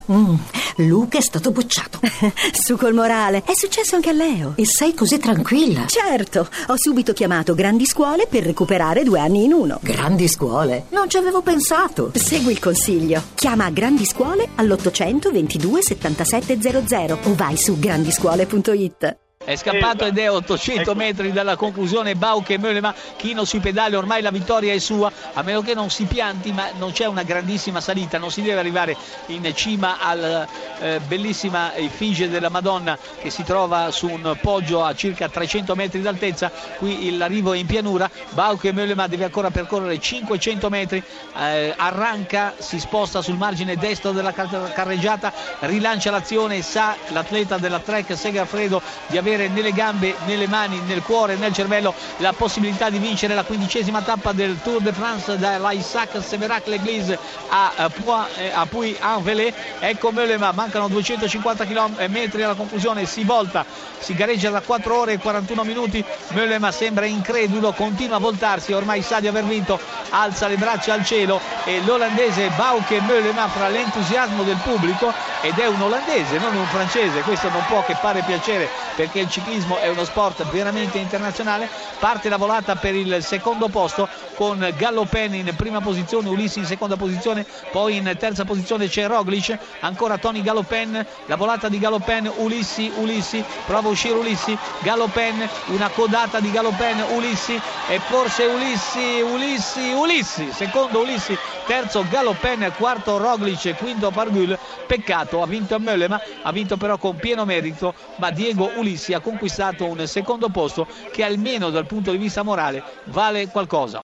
Luca è stato bocciato. Su col morale, è successo anche a Leo. E sei così tranquilla? Certo, ho subito chiamato Grandi Scuole per recuperare 2 anni in uno. Grandi Scuole? Non ci avevo pensato. Segui il consiglio. Chiama Grandi Scuole all'800 22 77 00 o vai su grandiscuole.it. È scappato ed è a 800 metri dalla conclusione. Bauke Mollema chino sui pedali, ormai la vittoria è sua, a meno che non si pianti, ma non c'è una grandissima salita, non si deve arrivare in cima al bellissima effigie della Madonna che si trova su un poggio a circa 300 metri d'altezza. Qui l'arrivo è in pianura. Bauke Mollema deve ancora percorrere 500 metri, arranca, si sposta sul margine destro della carreggiata, rilancia l'azione. Sa l'atleta della Trek Segafredo di avere nelle gambe, nelle mani, nel cuore, nel cervello la possibilità di vincere la 15ª tappa del Tour de France dall'Aissac-Sévérac-l'Église a Puy-en-Velay. Ecco Mollema, mancano 250 metri alla conclusione, si volta, si gareggia da 4 ore e 41 minuti. Mollema sembra incredulo, continua a voltarsi, ormai sa di aver vinto, alza le braccia al cielo e l'olandese Bauke Mollema, fra l'entusiasmo del pubblico, ed è un olandese, non un francese, questo non può che fare piacere perché il ciclismo è uno sport veramente internazionale. Parte la volata per il secondo posto con Galopin in prima posizione, Ulissi in seconda posizione, poi in terza posizione c'è Roglic, ancora Tony Galopin, la volata di Galopin, Ulissi, prova a uscire Ulissi, Galopin, una codata di Galopin, Ulissi e forse Ulissi, secondo Ulissi, terzo Galopin, quarto Roglic, quinto Barguil. Peccato, ha vinto Mollema, ha vinto però con pieno merito, ma Diego Ulissi ha conquistato un secondo posto che almeno dal punto di vista morale vale qualcosa.